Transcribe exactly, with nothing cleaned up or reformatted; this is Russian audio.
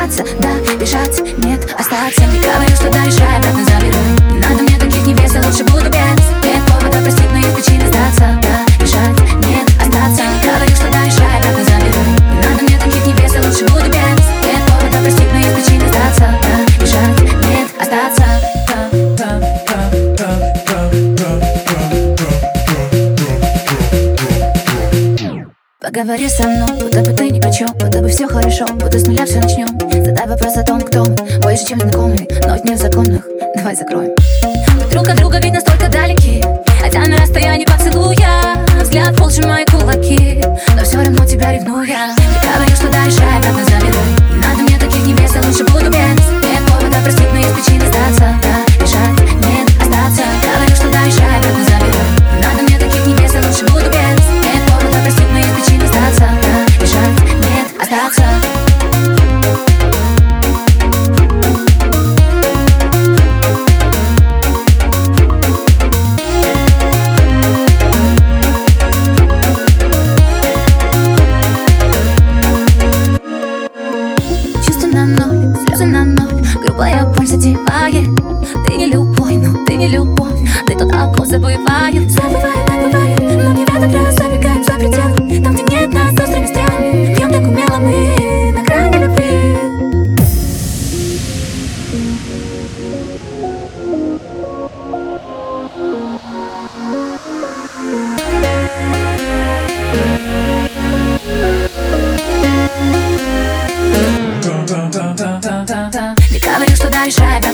остаться, да, бежать, нет, остаться. Не говорю, что да, решай, обратно заберу. Не надо мне таких невест, я лучше буду без. Нет повода простить, но есть причины сдаться, да, бежать, нет, остаться. Не говорю, что да, решай, обратно заберу. Не надо мне таких невест, я лучше буду без. Нет повода простить, но есть причины сдаться, да, бежать, нет, остаться. Поговори со мной, будто бы ты ни при чем, будто бы все хорошо, будто с нуля все начнем. Задай вопрос о том, кто мы, больше, чем знакомые, но от незаконных. Давай закроем. Мы друг от друга ведь настолько далеки, хотя на расстоянии поцелуя. Взгляд пол сжимает кулаки, но все равно тебя ревную я. Я говорю, что да, решай, обратно заберу. Не надо мне таких невест, я лучше буду без. Нет повода простить, но есть причины сдаться, да, бежать, нет, остаться. Я говорю, что да, решай, обратно заберу. Не надо мне таких невест, я лучше буду без. Нет повода простить, но есть причины сдаться, да, бежать, нет, остаться. Слезы на ноль, грубая боль задевает. Ты не любой, но ты не любовь. Ты тот, о ком забывает. Забывает, так бывает, но не в этот раз забегаем за пределы. Там, где нет нас с острыми стрелами. Пьем так умело мы на грани любви. Не говорю, что да, решай,